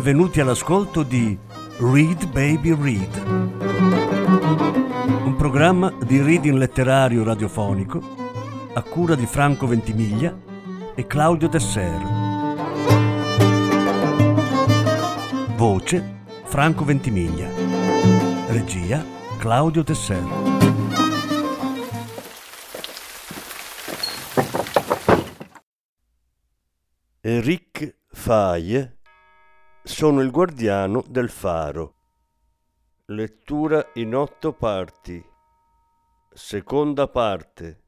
benvenuti all'ascolto di Read Baby Read, un programma di reading letterario radiofonico a cura di Franco Ventimiglia e Claudio Desser. Voce Franco Ventimiglia. Regia Claudio Desser. Eric Faye, sono il guardiano del faro. Lettura in 8 parti. Seconda parte.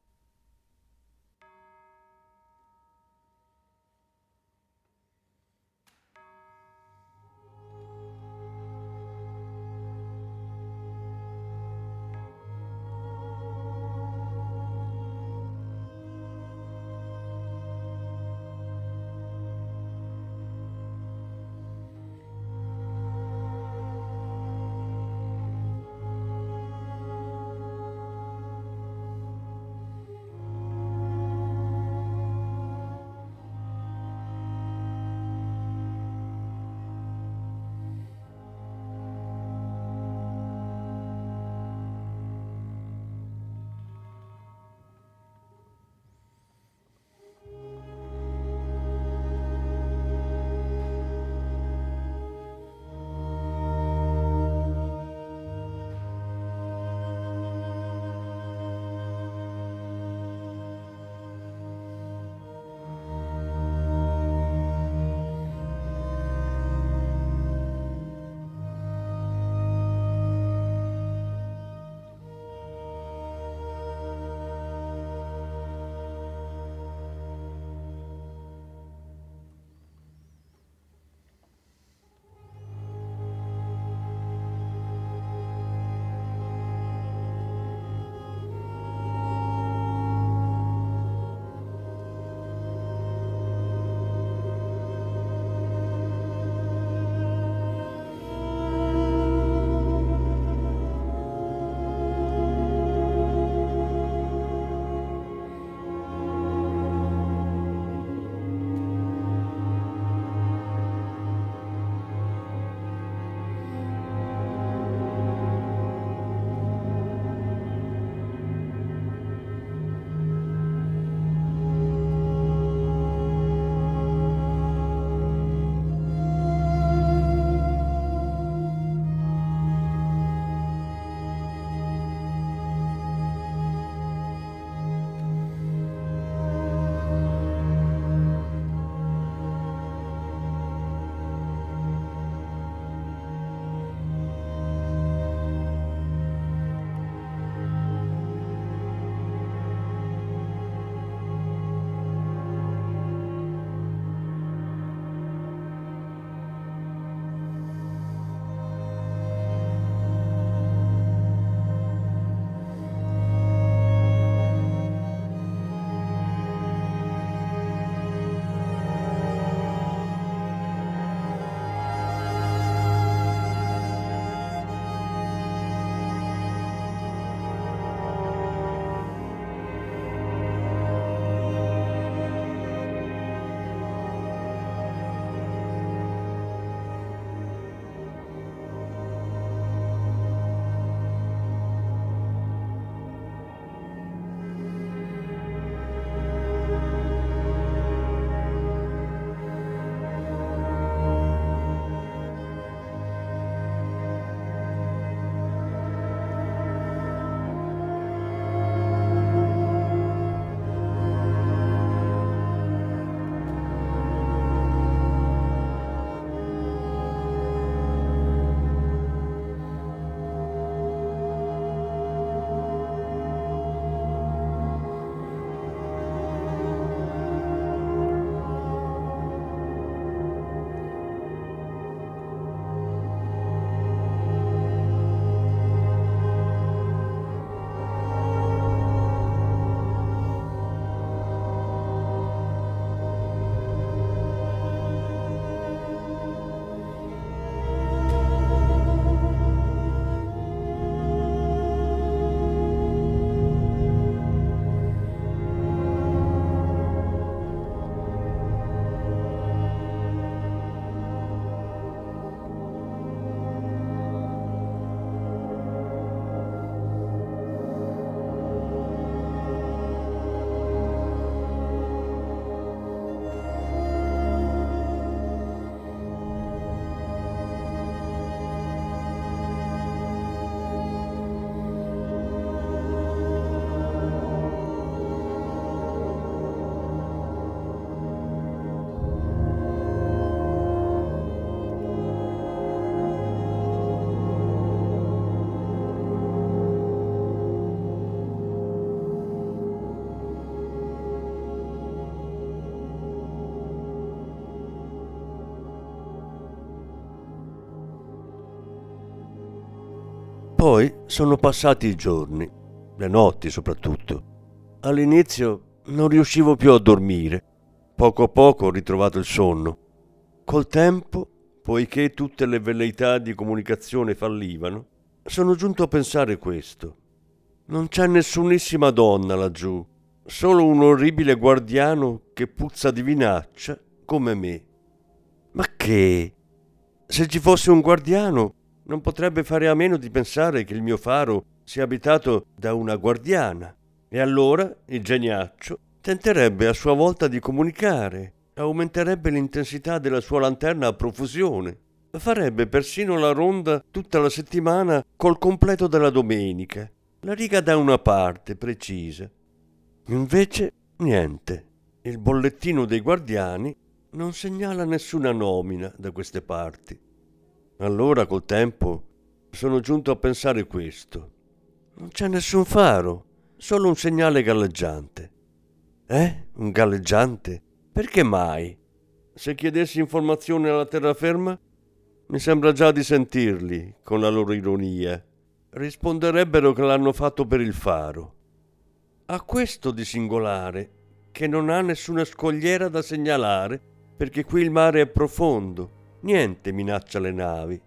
Poi sono passati i giorni, le notti soprattutto. All'inizio non riuscivo più a dormire. Poco a poco ho ritrovato il sonno. Col tempo, poiché tutte le velleità di comunicazione fallivano, sono giunto a pensare questo. Non c'è nessunissima donna laggiù, solo un orribile guardiano che puzza di vinaccia come me. Ma che? Se ci fosse un guardiano, non potrebbe fare a meno di pensare che il mio faro sia abitato da una guardiana. E allora il geniaccio tenterebbe a sua volta di comunicare, aumenterebbe l'intensità della sua lanterna a profusione, farebbe persino la ronda tutta la settimana col completo della domenica, la riga da una parte precisa. Invece niente, il bollettino dei guardiani non segnala nessuna nomina da queste parti. Allora col tempo sono giunto a pensare questo. Non c'è nessun faro, solo un segnale galleggiante. Un galleggiante? Perché mai? Se chiedessi informazioni alla terraferma, mi sembra già di sentirli, con la loro ironia. Risponderebbero che l'hanno fatto per il faro. Ha questo di singolare, che non ha nessuna scogliera da segnalare, perché qui il mare è profondo, niente minaccia le navi.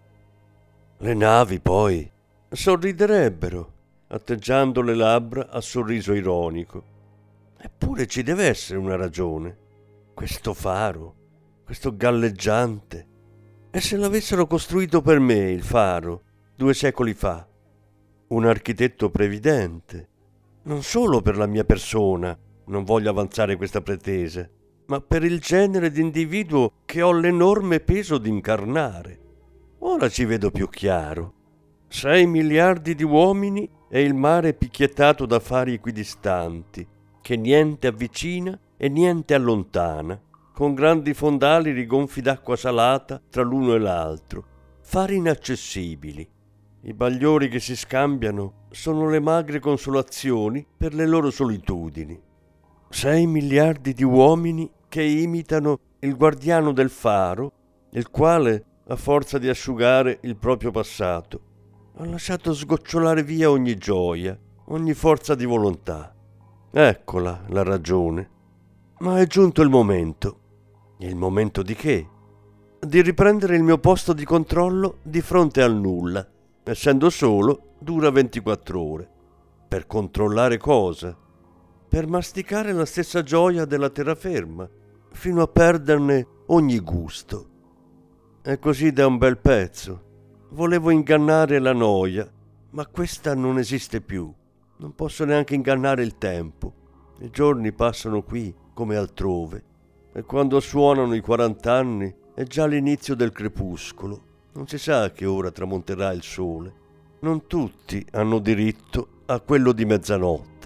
Le navi, poi, sorriderebbero, atteggiando le labbra a sorriso ironico. Eppure ci deve essere una ragione. Questo faro, questo galleggiante. E se l'avessero costruito per me, il faro, 2 secoli fa? Un architetto previdente. Non solo per la mia persona, non voglio avanzare questa pretesa, ma per il genere di individuo che ho l'enorme peso di incarnare. Ora ci vedo più chiaro. 6 miliardi di uomini e il mare picchiettato da fari equidistanti, che niente avvicina e niente allontana, con grandi fondali rigonfi d'acqua salata tra l'uno e l'altro, fari inaccessibili. I bagliori che si scambiano sono le magre consolazioni per le loro solitudini. 6 miliardi di uomini che imitano il guardiano del faro, il quale, a forza di asciugare il proprio passato, ha lasciato sgocciolare via ogni gioia, ogni forza di volontà. Eccola la ragione. Ma è giunto il momento. Il momento di che? Di riprendere il mio posto di controllo di fronte al nulla. Essendo solo, dura 24 ore. Per controllare cosa? Per masticare la stessa gioia della terraferma, fino a perderne ogni gusto. E così da un bel pezzo. Volevo ingannare la noia, ma questa non esiste più. Non posso neanche ingannare il tempo. I giorni passano qui come altrove. E quando suonano i 40 anni è già l'inizio del crepuscolo. Non si sa a che ora tramonterà il sole. Non tutti hanno diritto a quello di mezzanotte.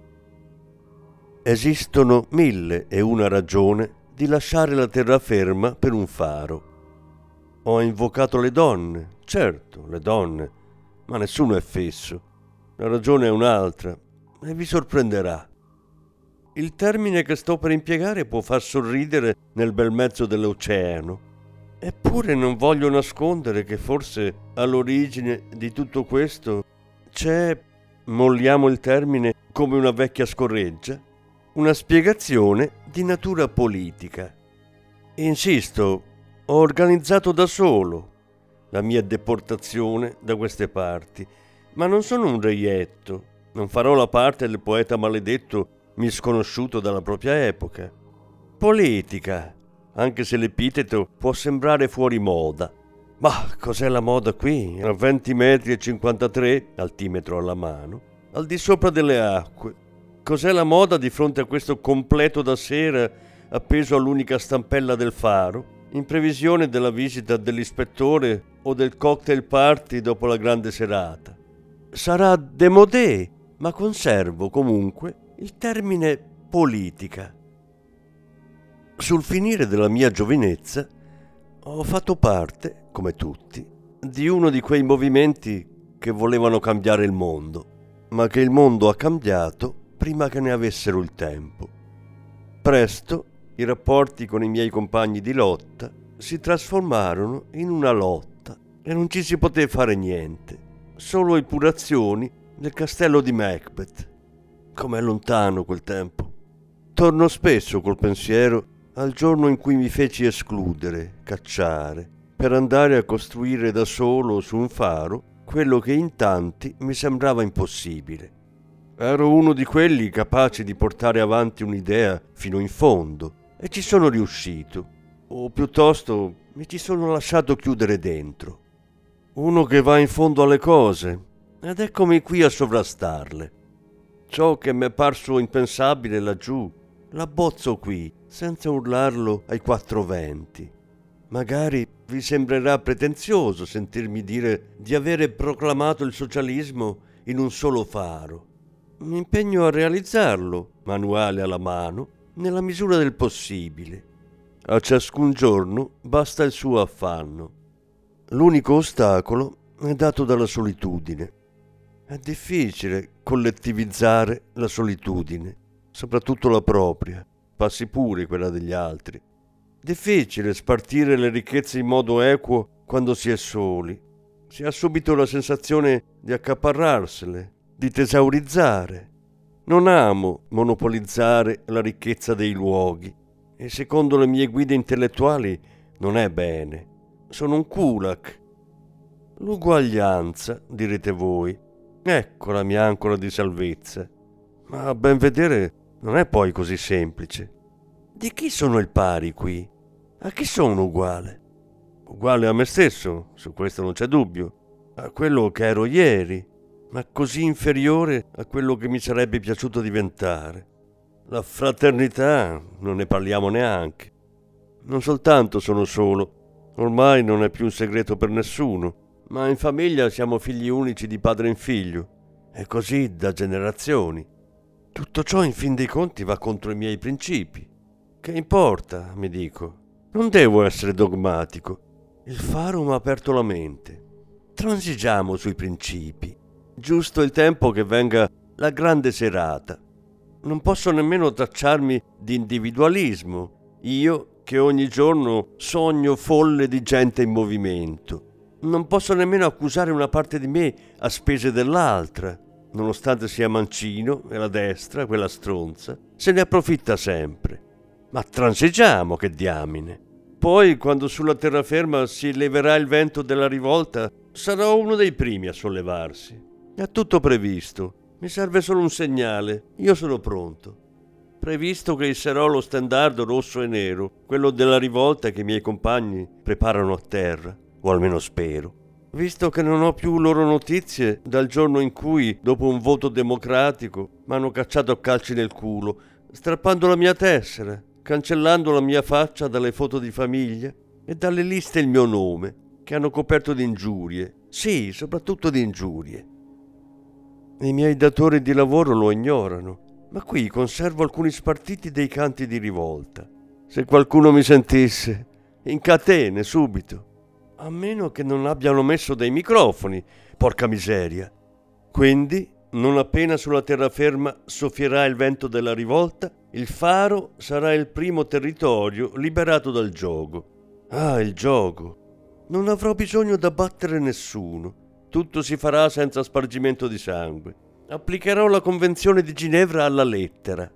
Esistono 1001 ragioni di lasciare la terraferma per un faro. Ho invocato le donne, certo, le donne, ma nessuno è fesso. La ragione è un'altra e vi sorprenderà. Il termine che sto per impiegare può far sorridere nel bel mezzo dell'oceano. Eppure non voglio nascondere che forse all'origine di tutto questo c'è, molliamo il termine come una vecchia scorreggia, una spiegazione di natura politica. Insisto, ho organizzato da solo la mia deportazione da queste parti, ma non sono un reietto, non farò la parte del poeta maledetto misconosciuto dalla propria epoca. Politica, anche se l'epiteto può sembrare fuori moda. Ma cos'è la moda qui, a 20 metri e 53, altimetro alla mano, al di sopra delle acque? Cos'è la moda di fronte a questo completo da sera appeso all'unica stampella del faro, in previsione della visita dell'ispettore o del cocktail party dopo la grande serata? Sarà démodé, ma conservo comunque il termine politica. Sul finire della mia giovinezza ho fatto parte, come tutti, di uno di quei movimenti che volevano cambiare il mondo, ma che il mondo ha cambiato prima che ne avessero il tempo. Presto i rapporti con i miei compagni di lotta si trasformarono in una lotta e non ci si poté fare niente. solo epurazioni del castello di Macbeth. Com'è lontano quel tempo. Torno spesso col pensiero al giorno in cui mi feci escludere, cacciare, per andare a costruire da solo su un faro quello che in tanti mi sembrava impossibile. Ero uno di quelli capaci di portare avanti un'idea fino in fondo e ci sono riuscito, o piuttosto mi ci sono lasciato chiudere dentro. Uno che va in fondo alle cose ed eccomi qui a sovrastarle. Ciò che mi è parso impensabile laggiù l'abbozzo qui, senza urlarlo ai quattro venti. Magari vi sembrerà pretenzioso sentirmi dire di avere proclamato il socialismo in un solo faro. Mi impegno a realizzarlo, manuale alla mano, nella misura del possibile. A ciascun giorno basta il suo affanno. L'unico ostacolo è dato dalla solitudine. È difficile collettivizzare la solitudine, soprattutto la propria, passi pure quella degli altri. Difficile spartire le ricchezze in modo equo quando si è soli. Si ha subito la sensazione di accaparrarsele, di tesaurizzare. Non amo monopolizzare la ricchezza dei luoghi e secondo le mie guide intellettuali non è bene. Sono un kulak. L'uguaglianza, direte voi, ecco la mia ancora di salvezza. Ma a ben vedere non è poi così semplice. Di chi sono il pari qui? A chi sono uguale? Uguale a me stesso, su questo non c'è dubbio, a quello che ero ieri, ma così inferiore a quello che mi sarebbe piaciuto diventare. La fraternità non ne parliamo neanche. Non soltanto sono solo, ormai non è più un segreto per nessuno, ma in famiglia siamo figli unici di padre in figlio, e così da generazioni. Tutto ciò in fin dei conti va contro i miei principi. Che importa, mi dico. Non devo essere dogmatico. Il faro mi ha aperto la mente. Transigiamo sui principi. Giusto il tempo che venga la grande serata. Non posso nemmeno tacciarmi di individualismo, io che ogni giorno sogno folle di gente in movimento. Non posso nemmeno accusare una parte di me a spese dell'altra, nonostante sia mancino e la destra, quella stronza, se ne approfitta sempre. Ma transigiamo, che diamine. Poi, quando sulla terraferma si leverà il vento della rivolta, sarò uno dei primi a sollevarsi. È tutto previsto. Mi serve solo un segnale. Io sono pronto. Previsto che isserò lo stendardo rosso e nero, quello della rivolta che i miei compagni preparano a terra, o almeno spero. Visto che non ho più loro notizie dal giorno in cui, dopo un voto democratico, m'hanno cacciato a calci nel culo, strappando la mia tessera, cancellando la mia faccia dalle foto di famiglia e dalle liste il mio nome, che hanno coperto di ingiurie, sì, soprattutto di ingiurie. I miei datori di lavoro lo ignorano, ma qui conservo alcuni spartiti dei canti di rivolta. Se qualcuno mi sentisse, in catene subito, a meno che non abbiano messo dei microfoni, porca miseria. Quindi, non appena sulla terraferma soffierà il vento della rivolta, il faro sarà il primo territorio liberato dal giogo. Ah, il giogo! Non avrò bisogno d'abbattere nessuno. Tutto si farà senza spargimento di sangue. Applicherò la Convenzione di Ginevra alla lettera.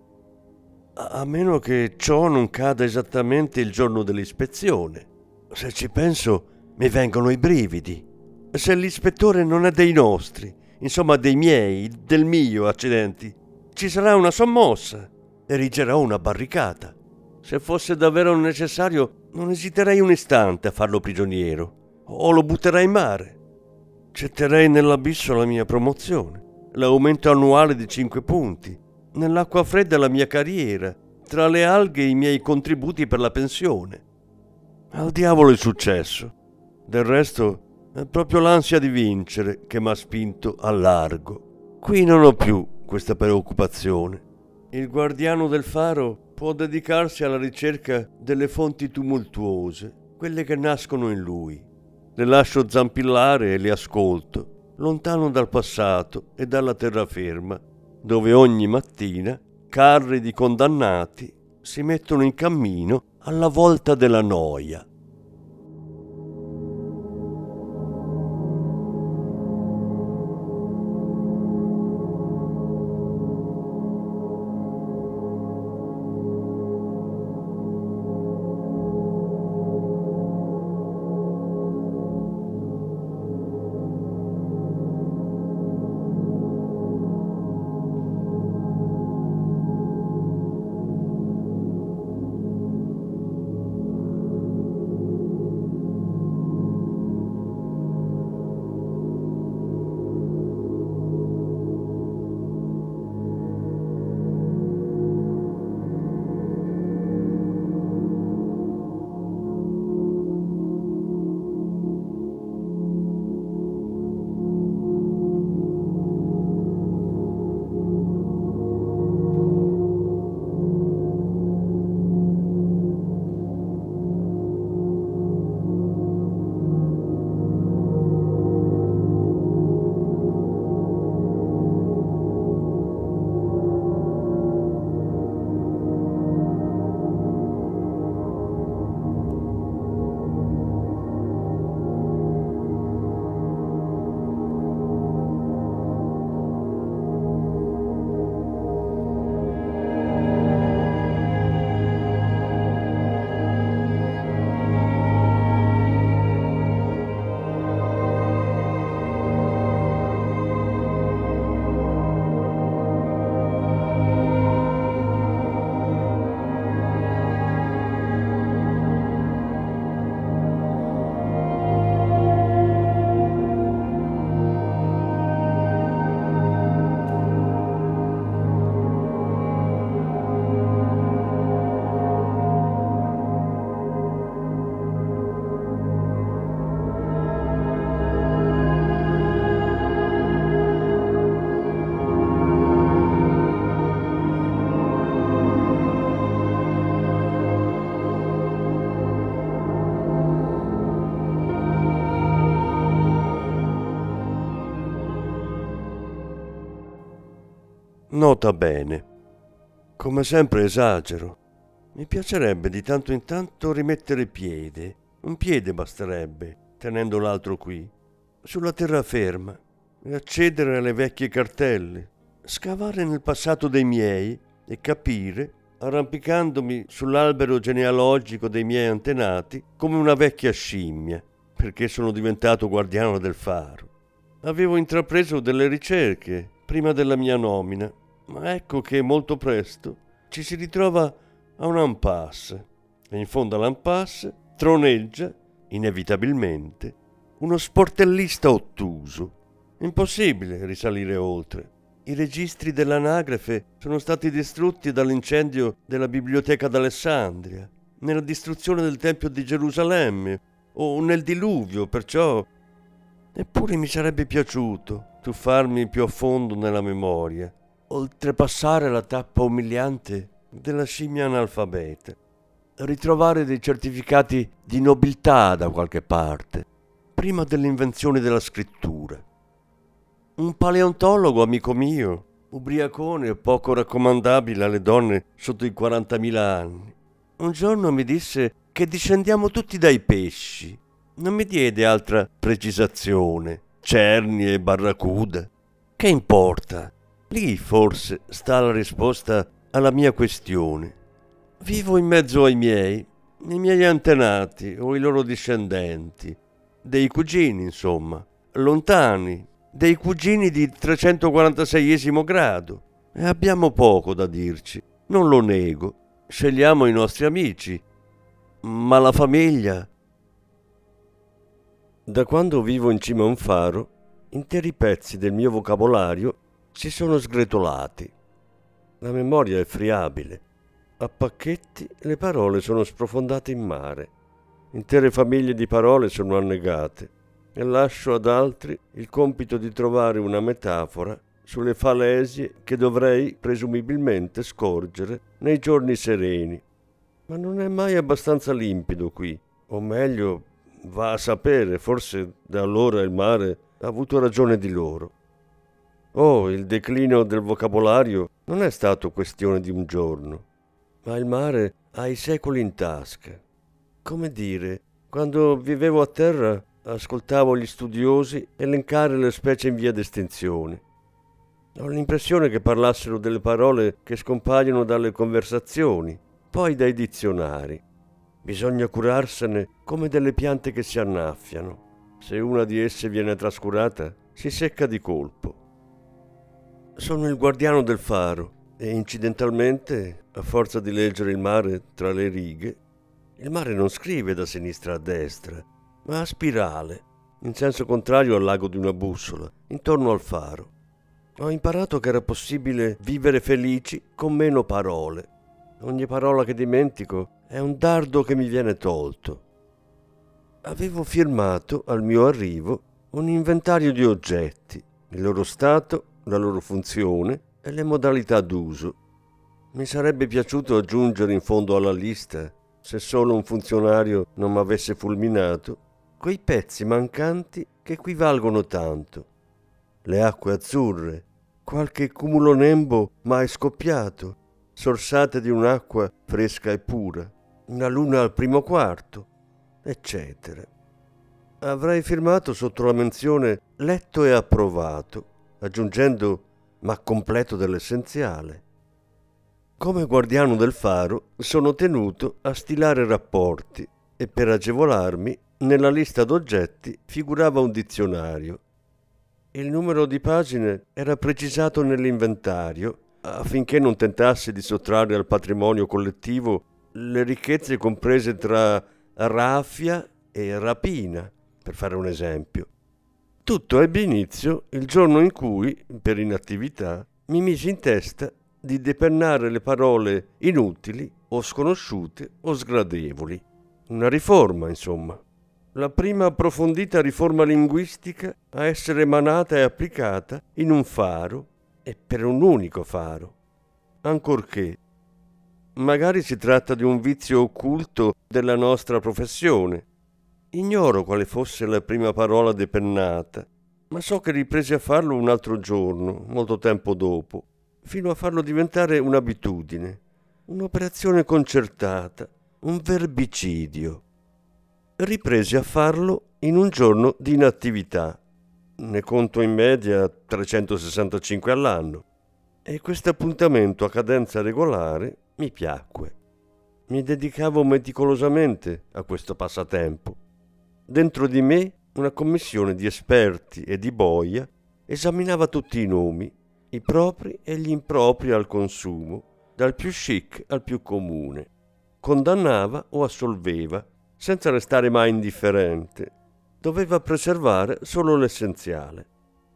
A meno che ciò non cada esattamente il giorno dell'ispezione. Se ci penso, mi vengono i brividi. Se l'ispettore non è dei nostri, insomma dei miei, del mio, accidenti, ci sarà una sommossa. Erigerò una barricata. Se fosse davvero necessario, non esiterei un istante a farlo prigioniero. O lo butterei in mare. Getterei nell'abisso la mia promozione, l'aumento annuale di 5 punti, nell'acqua fredda la mia carriera, tra le alghe i miei contributi per la pensione. Al diavolo il successo. Del resto è proprio l'ansia di vincere che m'ha spinto al largo. Qui non ho più questa preoccupazione. Il guardiano del faro può dedicarsi alla ricerca delle fonti tumultuose, quelle che nascono in lui. Le lascio zampillare e le ascolto, lontano dal passato e dalla terraferma, dove ogni mattina carri di condannati si mettono in cammino alla volta della noia. Nota bene. Come sempre esagero. Mi piacerebbe di tanto in tanto rimettere piede. Un piede basterebbe, tenendo l'altro qui, sulla terraferma, e accedere alle vecchie cartelle, scavare nel passato dei miei e capire, arrampicandomi sull'albero genealogico dei miei antenati, come una vecchia scimmia, perché sono diventato guardiano del faro. Avevo intrapreso delle ricerche prima della mia nomina, ma ecco che molto presto ci si ritrova a un impasse, e in fondo all'impasse troneggia, inevitabilmente, uno sportellista ottuso. Impossibile risalire oltre. I registri dell'anagrafe sono stati distrutti dall'incendio della biblioteca d'Alessandria, nella distruzione del Tempio di Gerusalemme o nel diluvio, perciò. Eppure mi sarebbe piaciuto tuffarmi più a fondo nella memoria, oltrepassare la tappa umiliante della scimmia analfabeta, ritrovare dei certificati di nobiltà da qualche parte, prima dell'invenzione della scrittura. Un paleontologo, amico mio, ubriacone e poco raccomandabile alle donne sotto i 40.000 anni, un giorno mi disse che discendiamo tutti dai pesci. Non mi diede altra precisazione, cerni e barracuda. Che importa? Lì forse sta la risposta alla mia questione. Vivo in mezzo ai miei antenati o i loro discendenti, dei cugini, insomma, lontani, dei cugini di 346esimo grado. E abbiamo poco da dirci, non lo nego. Scegliamo i nostri amici, ma la famiglia. Da quando vivo in cima a un faro, interi pezzi del mio vocabolario si sono sgretolati. La memoria è friabile. A pacchetti le parole sono sprofondate in mare. Intere famiglie di parole sono annegate e lascio ad altri il compito di trovare una metafora sulle falesie che dovrei presumibilmente scorgere nei giorni sereni. Ma non è mai abbastanza limpido qui, o meglio, va a sapere, forse da allora il mare ha avuto ragione di loro. Oh, il declino del vocabolario non è stato questione di un giorno, ma il mare ha i secoli in tasca. Come dire, quando vivevo a terra ascoltavo gli studiosi elencare le specie in via d'estinzione. Ho l'impressione che parlassero delle parole che scompaiono dalle conversazioni, poi dai dizionari. Bisogna curarsene come delle piante che si annaffiano. Se una di esse viene trascurata, si secca di colpo. Sono il guardiano del faro e incidentalmente, a forza di leggere il mare tra le righe, il mare non scrive da sinistra a destra, ma a spirale, in senso contrario al lago di una bussola, intorno al faro. Ho imparato che era possibile vivere felici con meno parole. Ogni parola che dimentico è un dardo che mi viene tolto. Avevo firmato al mio arrivo un inventario di oggetti, il loro stato, la loro funzione e le modalità d'uso. Mi sarebbe piaciuto aggiungere in fondo alla lista, se solo un funzionario non m'avesse fulminato, quei pezzi mancanti che qui valgono tanto. Le acque azzurre, qualche cumulonembo mai scoppiato, sorsate di un'acqua fresca e pura, una luna al primo quarto, eccetera. Avrei firmato sotto la menzione letto e approvato, aggiungendo ma completo dell'essenziale. Come guardiano del faro sono tenuto a stilare rapporti e per agevolarmi nella lista d'oggetti figurava un dizionario. Il numero di pagine era precisato nell'inventario affinché non tentasse di sottrarre al patrimonio collettivo le ricchezze comprese tra raffia e rapina, per fare un esempio. Tutto ebbe inizio il giorno in cui, per inattività, mi misi in testa di depennare le parole inutili o sconosciute o sgradevoli. Una riforma, insomma. La prima approfondita riforma linguistica a essere emanata e applicata in un faro e per un unico faro. Ancorché magari si tratta di un vizio occulto della nostra professione. Ignoro quale fosse la prima parola depennata, ma so che ripresi a farlo un altro giorno, molto tempo dopo. fino a farlo diventare un'abitudine, un'operazione concertata, un verbicidio. Ripresi a farlo in un giorno di inattività. Ne conto in media 365 all'anno. E questo appuntamento a cadenza regolare mi piacque. Mi dedicavo meticolosamente a questo passatempo. Dentro di me una commissione di esperti e di boia esaminava tutti i nomi, i propri e gli impropri al consumo, dal più chic al più comune. Condannava o assolveva, senza restare mai indifferente. Doveva preservare solo l'essenziale.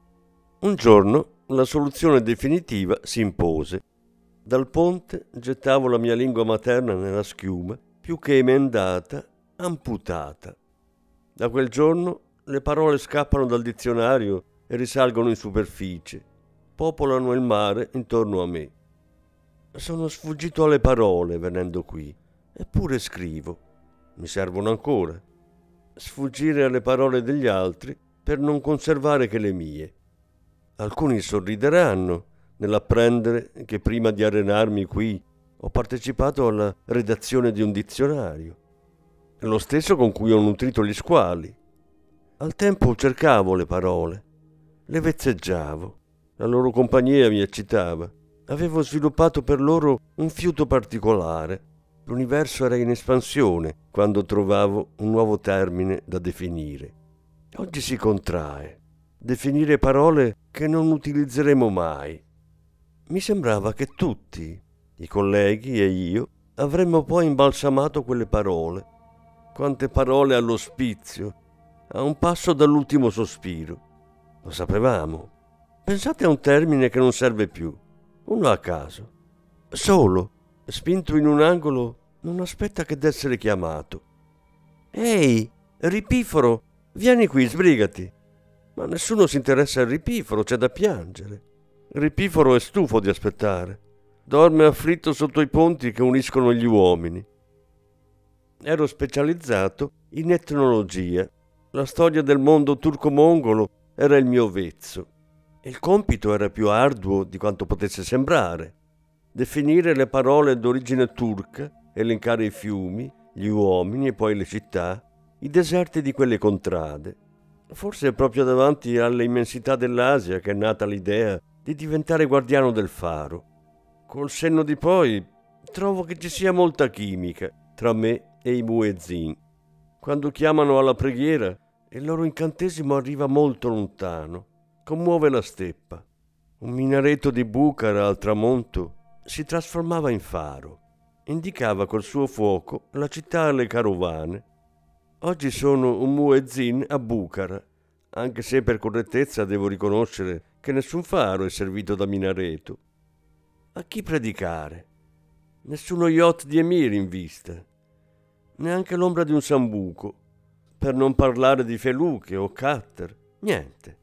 Un giorno la soluzione definitiva si impose. Dal ponte gettavo la mia lingua materna nella schiuma, più che emendata, amputata. Da quel giorno le parole scappano dal dizionario e risalgono in superficie, popolano il mare intorno a me. Sono sfuggito alle parole venendo qui, eppure scrivo. Mi servono ancora. Sfuggire alle parole degli altri per non conservare che le mie. Alcuni sorrideranno nell'apprendere che prima di arenarmi qui ho partecipato alla redazione di un dizionario, lo stesso con cui ho nutrito gli squali. Al tempo cercavo le parole, le vezzeggiavo, la loro compagnia mi eccitava. Avevo sviluppato per loro un fiuto particolare. L'universo era in espansione quando trovavo un nuovo termine da definire. Oggi si contrae. Definire parole che non utilizzeremo mai. Mi sembrava che tutti, i colleghi e io, avremmo poi imbalsamato quelle parole. Quante parole all'ospizio, a un passo dall'ultimo sospiro. Lo sapevamo. Pensate a un termine che non serve più, uno a caso. Solo, spinto in un angolo, non aspetta che d'essere chiamato. Ehi, ripiforo, vieni qui, sbrigati. Ma nessuno si interessa al ripiforo, c'è da piangere. Il ripiforo è stufo di aspettare. Dorme afflitto sotto i ponti che uniscono gli uomini. Ero specializzato in etnologia. La storia del mondo turco-mongolo era il mio vezzo. Il compito era più arduo di quanto potesse sembrare. Definire le parole d'origine turca, elencare i fiumi, gli uomini e poi le città, i deserti di quelle contrade. Forse è proprio davanti alle immensità dell'Asia che è nata l'idea di diventare guardiano del faro. Col senno di poi trovo che ci sia molta chimica tra me e i muezzin. Quando chiamano alla preghiera, il loro incantesimo arriva molto lontano, commuove la steppa. Un minareto di Bukhara al tramonto si trasformava in faro. Indicava col suo fuoco la città alle carovane. Oggi sono un muezzin a Bukhara, anche se per correttezza devo riconoscere che nessun faro è servito da minareto. A chi predicare? Nessuno yacht di emir in vista, neanche l'ombra di un sambuco, per non parlare di feluche o cutter, niente.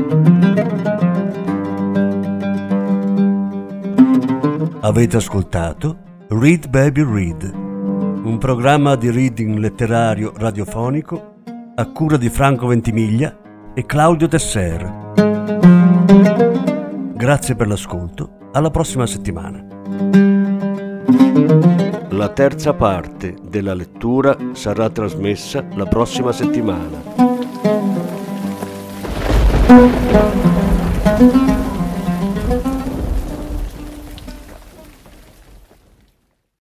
Avete ascoltato Read Baby Read, un programma di reading letterario radiofonico a cura di Franco Ventimiglia e Claudio Tesser. Grazie per l'ascolto, alla prossima settimana. La terza parte della lettura sarà trasmessa la prossima settimana.